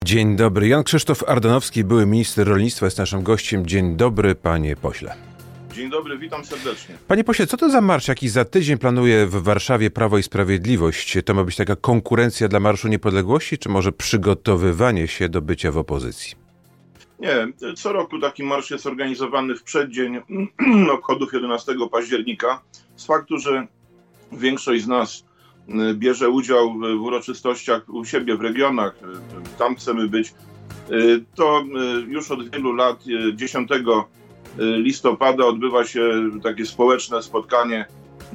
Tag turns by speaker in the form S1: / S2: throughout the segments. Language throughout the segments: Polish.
S1: Dzień dobry. Jan Krzysztof Ardanowski, były minister rolnictwa, jest naszym gościem. Dzień dobry, panie pośle.
S2: Dzień dobry, witam serdecznie.
S1: Panie pośle, co to za marsz, jaki za tydzień planuje w Warszawie Prawo i Sprawiedliwość? To ma być taka konkurencja dla Marszu Niepodległości, czy może przygotowywanie się do bycia w opozycji?
S2: Nie, co roku taki marsz jest organizowany w przeddzień obchodów 11 października. Z faktu, że większość z nas bierze udział w uroczystościach u siebie w regionach, tam chcemy być, to już od wielu lat 10 listopada odbywa się takie społeczne spotkanie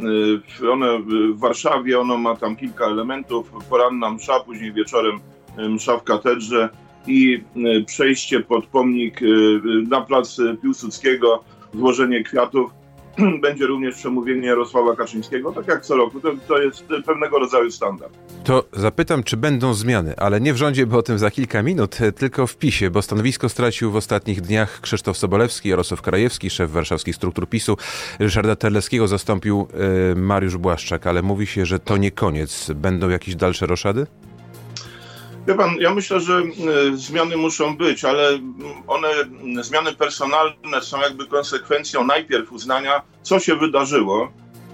S2: w Warszawie. Ono ma tam kilka elementów. Poranna msza, później wieczorem msza w katedrze i przejście pod pomnik na plac Piłsudskiego, złożenie kwiatów. Będzie również przemówienie Jarosława Kaczyńskiego, tak jak co roku. To jest pewnego rodzaju standard.
S1: To zapytam, czy będą zmiany, ale nie w rządzie, bo o tym za kilka minut, tylko w PiS-ie, bo stanowisko stracił w ostatnich dniach Krzysztof Sobolewski, Jarosław Krajewski, szef warszawskich struktur PiS-u, Ryszarda Terleckiego zastąpił Mariusz Błaszczak, ale mówi się, że to nie koniec. Będą jakieś dalsze roszady?
S2: Wie pan, ja myślę, że zmiany muszą być, ale zmiany personalne są jakby konsekwencją najpierw uznania, co się wydarzyło,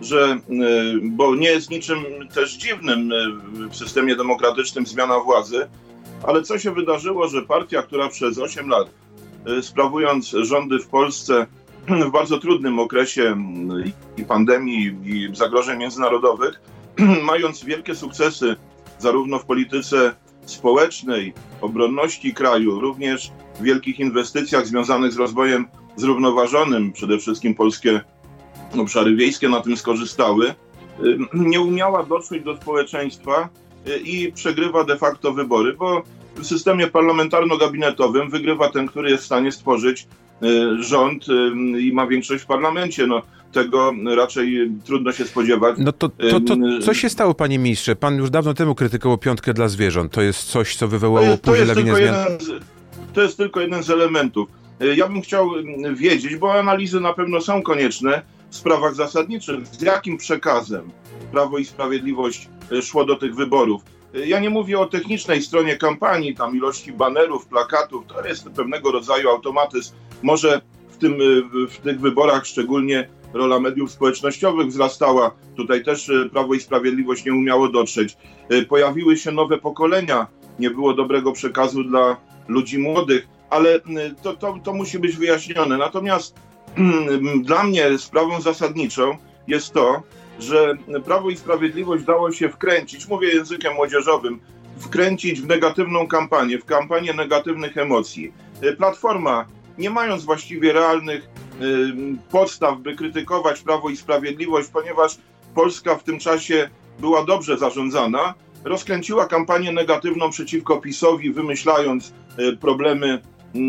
S2: bo nie jest niczym też dziwnym w systemie demokratycznym zmiana władzy, ale co się wydarzyło, że partia, która przez 8 lat sprawując rządy w Polsce w bardzo trudnym okresie i pandemii, i zagrożeń międzynarodowych, mając wielkie sukcesy zarówno w polityce społecznej, obronności kraju, również w wielkich inwestycjach związanych z rozwojem zrównoważonym, przede wszystkim polskie obszary wiejskie na tym skorzystały, nie umiała dotrzeć do społeczeństwa i przegrywa de facto wybory, bo w systemie parlamentarno-gabinetowym wygrywa ten, który jest w stanie stworzyć rząd i ma większość w parlamencie. Tego raczej trudno się spodziewać.
S1: No to co się stało, panie ministrze? Pan już dawno temu krytykował piątkę dla zwierząt. To jest coś, co wywołało później lawinę zmian?
S2: To jest tylko jeden z elementów. Ja bym chciał wiedzieć, bo analizy na pewno są konieczne w sprawach zasadniczych, z jakim przekazem Prawo i Sprawiedliwość szło do tych wyborów. Ja nie mówię o technicznej stronie kampanii, tam ilości banerów, plakatów, to jest pewnego rodzaju automatyzm. Może w tych wyborach szczególnie rola mediów społecznościowych wzrastała. Tutaj też Prawo i Sprawiedliwość nie umiało dotrzeć. Pojawiły się nowe pokolenia, nie było dobrego przekazu dla ludzi młodych, ale to musi być wyjaśnione. Natomiast dla mnie sprawą zasadniczą jest to, że Prawo i Sprawiedliwość dało się wkręcić, mówię językiem młodzieżowym, wkręcić w negatywną kampanię, w kampanię negatywnych emocji. Platforma, nie mając właściwie realnych podstaw, by krytykować Prawo i Sprawiedliwość, ponieważ Polska w tym czasie była dobrze zarządzana, rozkręciła kampanię negatywną przeciwko PiS-owi, wymyślając problemy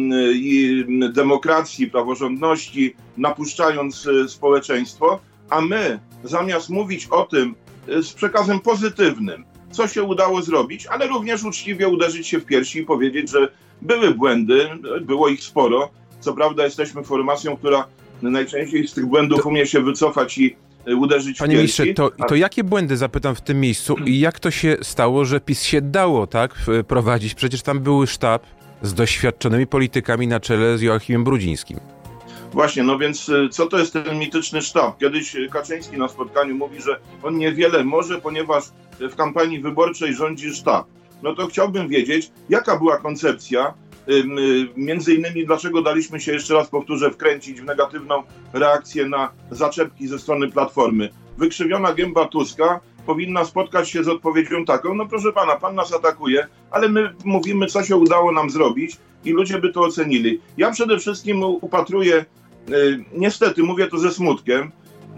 S2: i demokracji, praworządności, napuszczając społeczeństwo, a my zamiast mówić o tym z przekazem pozytywnym, co się udało zrobić, ale również uczciwie uderzyć się w piersi i powiedzieć, że były błędy, było ich sporo. Co prawda jesteśmy formacją, która najczęściej z tych błędów umie się wycofać i uderzyć w piersi.
S1: Panie ministrze, to jakie błędy, zapytam w tym miejscu, i jak to się stało, że PiS się dało tak prowadzić? Przecież tam był sztab z doświadczonymi politykami na czele z Joachimem Brudzińskim.
S2: Właśnie, no więc co to jest ten mityczny sztab? Kiedyś Kaczyński na spotkaniu mówi, że on niewiele może, ponieważ w kampanii wyborczej rządzi sztab. No to chciałbym wiedzieć, jaka była koncepcja, między innymi dlaczego daliśmy się, jeszcze raz powtórzę, wkręcić w negatywną reakcję na zaczepki ze strony Platformy. Wykrzywiona gęba Tuska powinna spotkać się z odpowiedzią taką, no proszę pana, pan nas atakuje, ale my mówimy, co się udało nam zrobić i ludzie by to ocenili. Ja przede wszystkim upatruję, niestety mówię to ze smutkiem,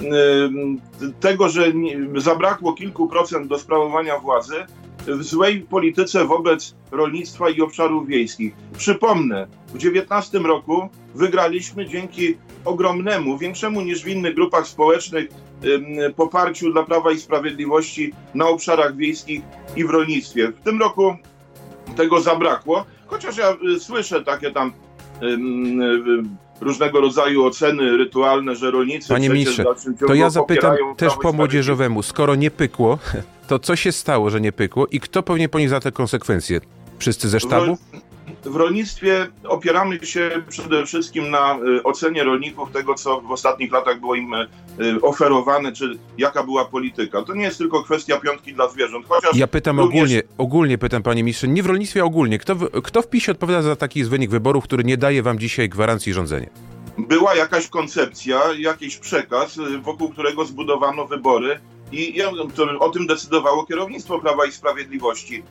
S2: tego, że zabrakło kilku procent do sprawowania władzy w złej polityce wobec rolnictwa i obszarów wiejskich. Przypomnę, w 2019 roku wygraliśmy dzięki ogromnemu, większemu niż w innych grupach społecznych poparciu dla Prawa i Sprawiedliwości na obszarach wiejskich i w rolnictwie. W tym roku tego zabrakło, chociaż ja słyszę takie tam różnego rodzaju oceny rytualne, że rolnicy...
S1: Panie ministrze, to ja zapytam też po młodzieżowemu, skoro nie pykło, to co się stało, że nie pykło i kto powinien ponieść za te konsekwencje? Wszyscy ze sztabu?
S2: W rolnictwie opieramy się przede wszystkim na ocenie rolników tego, co w ostatnich latach było im oferowane, czy jaka była polityka. To nie jest tylko kwestia piątki dla zwierząt. Chociaż
S1: ja pytam ogólnie pytam, panie ministrze, nie w rolnictwie, a ogólnie. Kto w PiS-ie odpowiada za taki wynik wyborów, który nie daje wam dzisiaj gwarancji rządzenia?
S2: Była jakaś koncepcja, jakiś przekaz, wokół którego zbudowano wybory i o tym decydowało kierownictwo Prawa i Sprawiedliwości.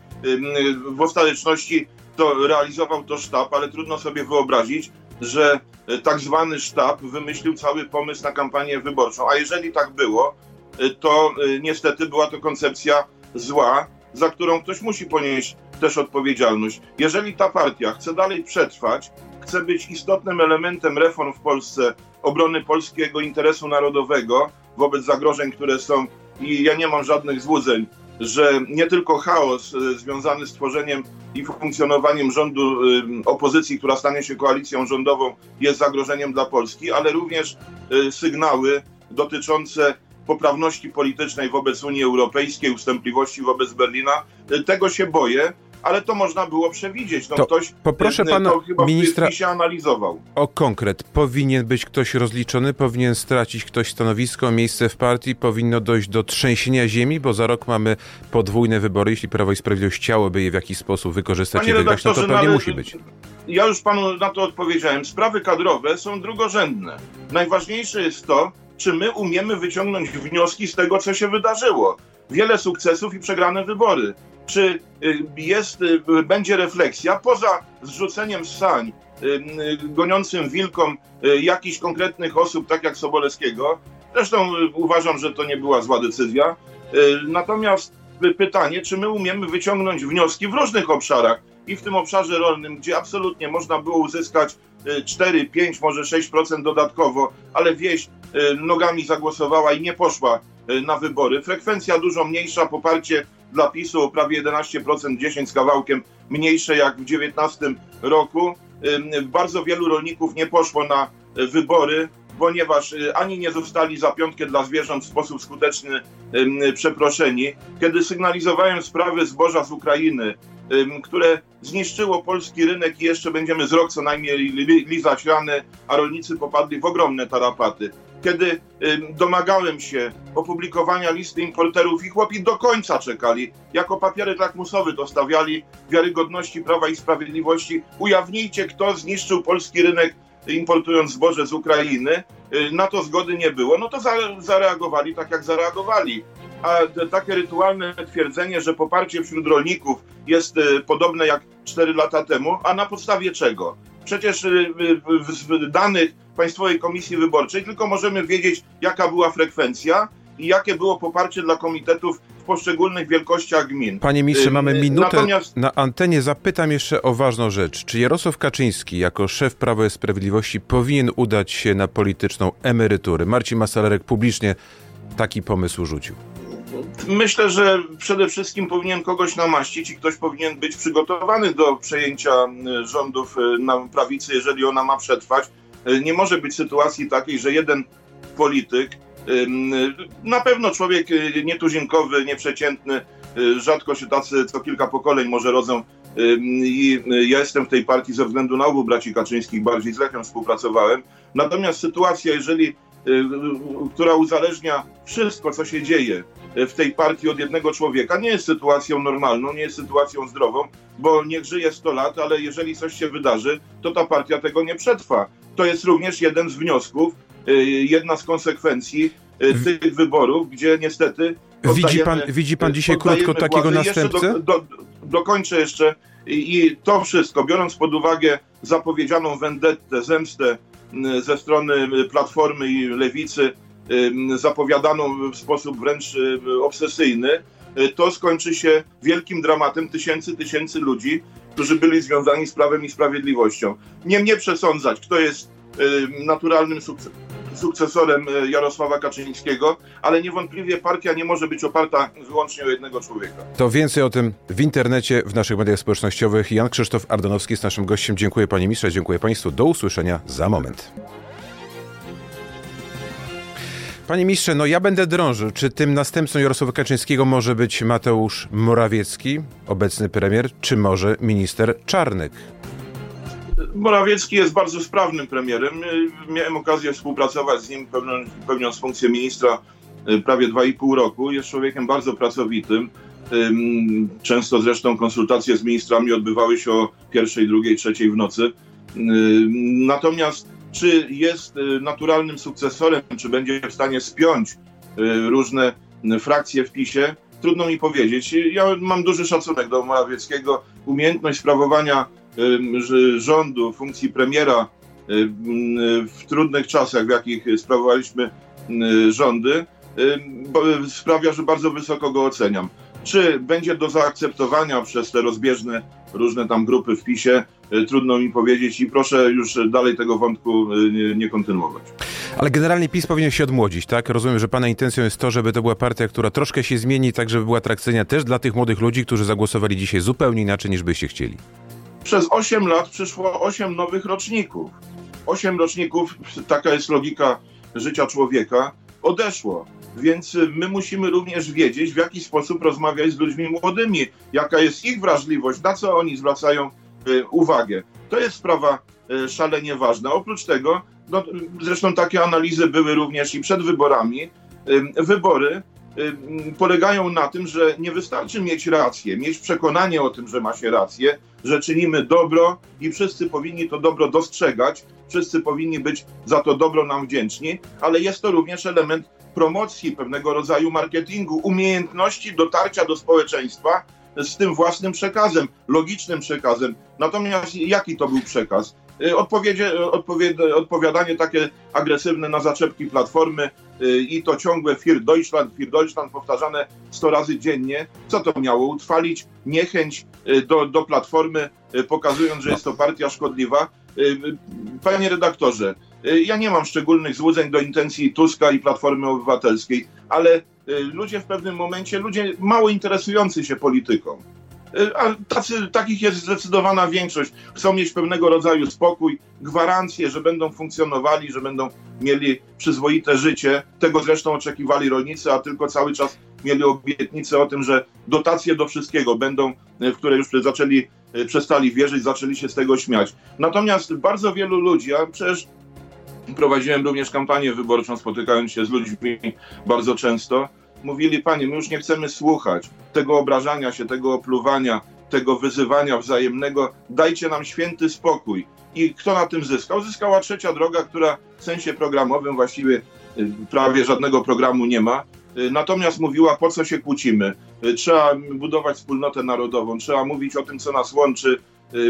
S2: W ostateczności realizował to sztab, ale trudno sobie wyobrazić, że tak zwany sztab wymyślił cały pomysł na kampanię wyborczą. A jeżeli tak było, to niestety była to koncepcja zła, za którą ktoś musi ponieść też odpowiedzialność. Jeżeli ta partia chce dalej przetrwać, chce być istotnym elementem reform w Polsce, obrony polskiego interesu narodowego wobec zagrożeń, które są, i ja nie mam żadnych złudzeń, że nie tylko chaos związany z tworzeniem i funkcjonowaniem rządu opozycji, która stanie się koalicją rządową, jest zagrożeniem dla Polski, ale również sygnały dotyczące poprawności politycznej wobec Unii Europejskiej, ustępliwości wobec Berlina. Tego się boję, ale to można było przewidzieć. Ktoś
S1: poproszę pana
S2: to chyba
S1: ministra
S2: się analizował.
S1: O konkret. Powinien być ktoś rozliczony, powinien stracić ktoś stanowisko, miejsce w partii, powinno dojść do trzęsienia ziemi, bo za rok mamy podwójne wybory. Jeśli Prawo i Sprawiedliwość chciałoby je w jakiś sposób wykorzystać i wygrać, to pewnie musi być.
S2: Ja już panu na to odpowiedziałem. Sprawy kadrowe są drugorzędne. Najważniejsze jest to, czy my umiemy wyciągnąć wnioski z tego, co się wydarzyło. Wiele sukcesów i przegrane wybory. Czy będzie refleksja poza zrzuceniem z sań goniącym wilkom jakichś konkretnych osób, tak jak Sobolewskiego? Zresztą uważam, że to nie była zła decyzja. Natomiast pytanie, czy my umiemy wyciągnąć wnioski w różnych obszarach i w tym obszarze rolnym, gdzie absolutnie można było uzyskać 4, 5, może 6% dodatkowo, ale wieś nogami zagłosowała i nie poszła na wybory. Frekwencja dużo mniejsza, poparcie dla PiS-u o prawie 11%, 10 z kawałkiem mniejsze jak w 2019 roku. Bardzo wielu rolników nie poszło na wybory, ponieważ ani nie zostali za piątkę dla zwierząt w sposób skuteczny przeproszeni. Kiedy sygnalizowałem sprawy zboża z Ukrainy, które zniszczyło polski rynek i jeszcze będziemy z rok co najmniej lizać rany, a rolnicy popadli w ogromne tarapaty. Kiedy domagałem się opublikowania listy importerów i chłopi do końca czekali, jako papierek lakmusowy dostawiali wiarygodności Prawa i Sprawiedliwości. Ujawnijcie, kto zniszczył polski rynek, importując zboże z Ukrainy. Na to zgody nie było. No to zareagowali tak, jak zareagowali. A takie rytualne twierdzenie, że poparcie wśród rolników jest podobne jak 4 lata temu, a na podstawie czego? Przecież z danych Państwowej Komisji Wyborczej tylko możemy wiedzieć, jaka była frekwencja i jakie było poparcie dla komitetów w poszczególnych wielkościach gmin.
S1: Panie ministrze, mamy minutę na antenie. Zapytam jeszcze o ważną rzecz. Czy Jarosław Kaczyński jako szef Prawa i Sprawiedliwości powinien udać się na polityczną emeryturę? Marcin Masalerek publicznie taki pomysł rzucił.
S2: Myślę, że przede wszystkim powinien kogoś namaścić i ktoś powinien być przygotowany do przejęcia rządów na prawicy, jeżeli ona ma przetrwać. Nie może być sytuacji takiej, że jeden polityk, na pewno człowiek nietuzinkowy, nieprzeciętny, rzadko się tacy co kilka pokoleń może rodzą i ja jestem w tej partii ze względu na obu braci Kaczyńskich, bardziej z Lechem współpracowałem. Natomiast sytuacja, która uzależnia wszystko, co się dzieje w tej partii od jednego człowieka, nie jest sytuacją normalną, nie jest sytuacją zdrową, bo niech żyje 100 lat, ale jeżeli coś się wydarzy, to ta partia tego nie przetrwa. To jest również jeden z wniosków, jedna z konsekwencji tych wyborów, gdzie niestety
S1: Widzi pan dzisiaj krótko takiego następcę?
S2: Dokończę jeszcze. I to wszystko, biorąc pod uwagę zapowiedzianą vendettę, zemstę ze strony Platformy i Lewicy, zapowiadaną w sposób wręcz obsesyjny, to skończy się wielkim dramatem tysięcy ludzi, którzy byli związani z Prawem i Sprawiedliwością. Nie mnie przesądzać, kto jest naturalnym sukcesorem Jarosława Kaczyńskiego, ale niewątpliwie partia nie może być oparta wyłącznie o jednego człowieka.
S1: To więcej o tym w internecie, w naszych mediach społecznościowych. Jan Krzysztof Ardanowski jest naszym gościem. Dziękuję panie ministrze, dziękuję państwu. Do usłyszenia za moment. Panie ministrze, ja będę drążył. Czy tym następcą Jarosława Kaczyńskiego może być Mateusz Morawiecki, obecny premier, czy może minister Czarnek?
S2: Morawiecki jest bardzo sprawnym premierem. Miałem okazję współpracować z nim, pełniąc funkcję ministra prawie 2,5 roku. Jest człowiekiem bardzo pracowitym. Często zresztą konsultacje z ministrami odbywały się o 1., 2., 3 w nocy. Natomiast czy jest naturalnym sukcesorem, czy będzie w stanie spiąć różne frakcje w PiS-ie, trudno mi powiedzieć. Ja mam duży szacunek do Morawieckiego. Umiejętność sprawowania rządu, funkcji premiera w trudnych czasach, w jakich sprawowaliśmy rządy, sprawia, że bardzo wysoko go oceniam. Czy będzie do zaakceptowania przez te rozbieżne różne tam grupy w PiS-ie, trudno mi powiedzieć i proszę już dalej tego wątku nie kontynuować.
S1: Ale generalnie PiS powinien się odmłodzić, tak? Rozumiem, że pana intencją jest to, żeby to była partia, która troszkę się zmieni, tak żeby była atrakcyjna też dla tych młodych ludzi, którzy zagłosowali dzisiaj zupełnie inaczej, niż byście chcieli.
S2: Przez 8 lat przyszło 8 nowych roczników. 8 roczników, taka jest logika życia człowieka, odeszło. Więc my musimy również wiedzieć, w jaki sposób rozmawiać z ludźmi młodymi, jaka jest ich wrażliwość, na co oni zwracają uwagę. To jest sprawa szalenie ważna. Oprócz tego, no, zresztą takie analizy były również i przed wyborami. Wybory polegają na tym, że nie wystarczy mieć rację, mieć przekonanie o tym, że ma się rację, że czynimy dobro i wszyscy powinni to dobro dostrzegać, wszyscy powinni być za to dobro nam wdzięczni, ale jest to również element promocji, pewnego rodzaju marketingu, umiejętności dotarcia do społeczeństwa z tym własnym przekazem, logicznym przekazem. Natomiast jaki to był przekaz? Odpowiadanie takie agresywne na zaczepki Platformy i to ciągłe Für Deutschland powtarzane 100 razy dziennie. Co to miało? Utrwalić niechęć do Platformy, pokazując, że jest to partia szkodliwa. Panie redaktorze, ja nie mam szczególnych złudzeń do intencji Tuska i Platformy Obywatelskiej, ale ludzie w pewnym momencie, ludzie mało interesujący się polityką, a takich jest zdecydowana większość, chcą mieć pewnego rodzaju spokój, gwarancję, że będą funkcjonowali, że będą mieli przyzwoite życie. Tego zresztą oczekiwali rolnicy, a tylko cały czas mieli obietnicę o tym, że dotacje do wszystkiego będą, w które już przestali wierzyć, zaczęli się z tego śmiać. Natomiast bardzo wielu ludzi, a przecież prowadziłem również kampanię wyborczą, spotykając się z ludźmi bardzo często, mówili: panie, my już nie chcemy słuchać tego obrażania się, tego opluwania, tego wyzywania wzajemnego, dajcie nam święty spokój. I kto na tym zyskał? Zyskała Trzecia Droga, która w sensie programowym właściwie prawie żadnego programu nie ma. Natomiast mówiła, po co się kłócimy. Trzeba budować wspólnotę narodową, trzeba mówić o tym, co nas łączy,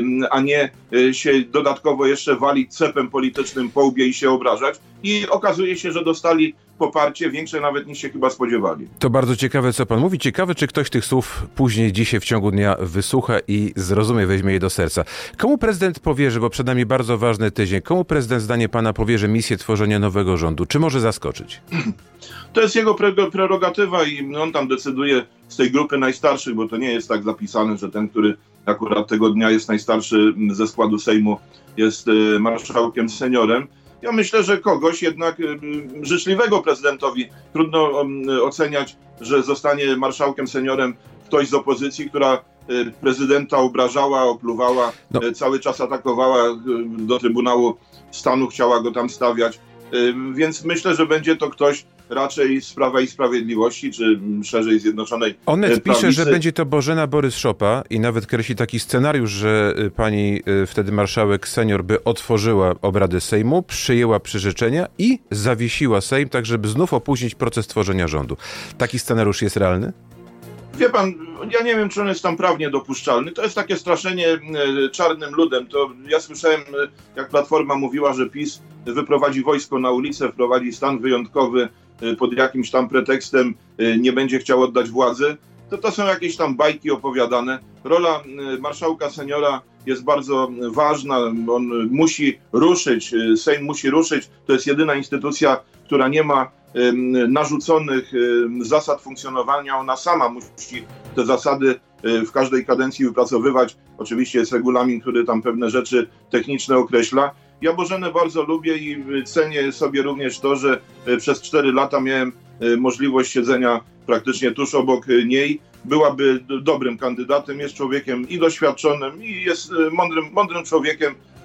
S2: a nie się dodatkowo jeszcze walić cepem politycznym po łbie i się obrażać. I okazuje się, że dostali poparcie większe nawet niż się chyba spodziewali.
S1: To bardzo ciekawe, co pan mówi. Ciekawe, czy ktoś tych słów później dzisiaj w ciągu dnia wysłucha i zrozumie, weźmie je do serca. Komu prezydent powierzy, bo przed nami bardzo ważny tydzień, komu prezydent zdanie pana powierzy misję tworzenia nowego rządu? Czy może zaskoczyć?
S2: To jest jego prerogatywa i on tam decyduje z tej grupy najstarszych, bo to nie jest tak zapisane, że ten, który akurat tego dnia jest najstarszy ze składu Sejmu, jest marszałkiem seniorem. Ja myślę, że kogoś jednak życzliwego prezydentowi. Trudno oceniać, że zostanie marszałkiem seniorem ktoś z opozycji, która prezydenta obrażała, opluwała, cały czas atakowała, do Trybunału Stanu chciała go tam stawiać. Więc myślę, że będzie to ktoś raczej z Prawa i Sprawiedliwości, czy szerzej Zjednoczonej
S1: Onet
S2: Prawicy.
S1: pisze, że będzie to Bożena Borys-Szopa i nawet kreśli taki scenariusz, że pani wtedy marszałek senior by otworzyła obrady Sejmu, przyjęła przyrzeczenia i zawiesiła Sejm, tak żeby znów opóźnić proces tworzenia rządu. Taki scenariusz jest realny?
S2: Wie pan, ja nie wiem, czy on jest tam prawnie dopuszczalny. To jest takie straszenie czarnym ludem. To ja słyszałem, jak Platforma mówiła, że PiS wyprowadzi wojsko na ulicę, wprowadzi stan wyjątkowy pod jakimś tam pretekstem, nie będzie chciał oddać władzy. To są jakieś tam bajki opowiadane. Rola marszałka seniora jest bardzo ważna. On musi ruszyć, Sejm musi ruszyć. To jest jedyna instytucja, która nie ma narzuconych zasad funkcjonowania. Ona sama musi te zasady w każdej kadencji wypracowywać. Oczywiście jest regulamin, który tam pewne rzeczy techniczne określa. Ja Bożenę bardzo lubię i cenię sobie również to, że przez 4 lata miałem możliwość siedzenia praktycznie tuż obok niej. Byłaby dobrym kandydatem, jest człowiekiem i doświadczonym, i jest mądrym człowiekiem.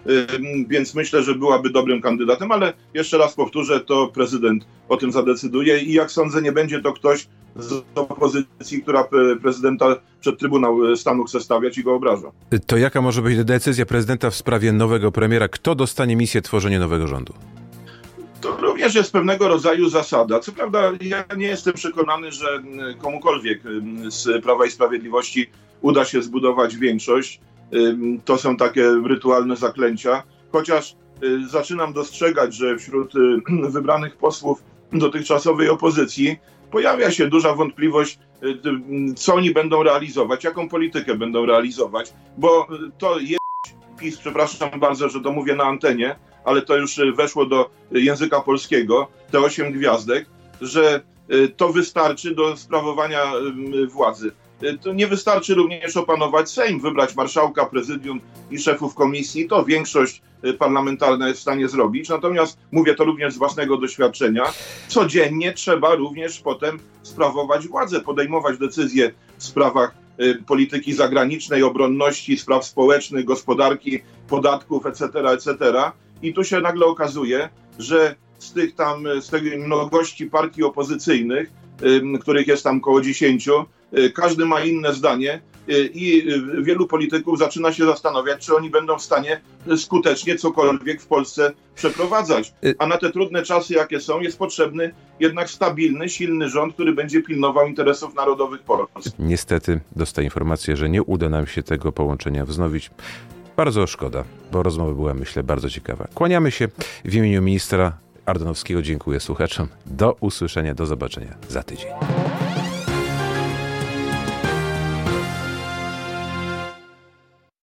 S2: więc myślę, że byłaby dobrym kandydatem, ale jeszcze raz powtórzę, to prezydent o tym zadecyduje i jak sądzę, nie będzie to ktoś z opozycji, która prezydenta przed Trybunał Stanu chce stawiać i go obraża.
S1: To jaka może być decyzja prezydenta w sprawie nowego premiera? Kto dostanie misję tworzenia nowego rządu?
S2: To również jest pewnego rodzaju zasada. Co prawda ja nie jestem przekonany, że komukolwiek z Prawa i Sprawiedliwości uda się zbudować większość. To są takie rytualne zaklęcia, chociaż zaczynam dostrzegać, że wśród wybranych posłów dotychczasowej opozycji pojawia się duża wątpliwość, co oni będą realizować, jaką politykę będą realizować, bo to jest PiS, przepraszam bardzo, że to mówię na antenie, ale to już weszło do języka polskiego, te 8 gwiazdek, że to wystarczy do sprawowania władzy. To nie wystarczy również opanować Sejm, wybrać marszałka, prezydium i szefów komisji. To większość parlamentarna jest w stanie zrobić. Natomiast mówię to również z własnego doświadczenia. Codziennie trzeba również potem sprawować władzę, podejmować decyzje w sprawach polityki zagranicznej, obronności, spraw społecznych, gospodarki, podatków, etc., etc. I tu się nagle okazuje, że z tej mnogości partii opozycyjnych, których jest tam około 10, każdy ma inne zdanie i wielu polityków zaczyna się zastanawiać, czy oni będą w stanie skutecznie cokolwiek w Polsce przeprowadzać. A na te trudne czasy, jakie są, jest potrzebny jednak stabilny, silny rząd, który będzie pilnował interesów narodowych Polski.
S1: Niestety dostaję informację, że nie uda nam się tego połączenia wznowić. Bardzo szkoda, bo rozmowa była, myślę, bardzo ciekawa. Kłaniamy się w imieniu ministra Ardanowskiego. Dziękuję słuchaczom. Do usłyszenia, do zobaczenia za tydzień.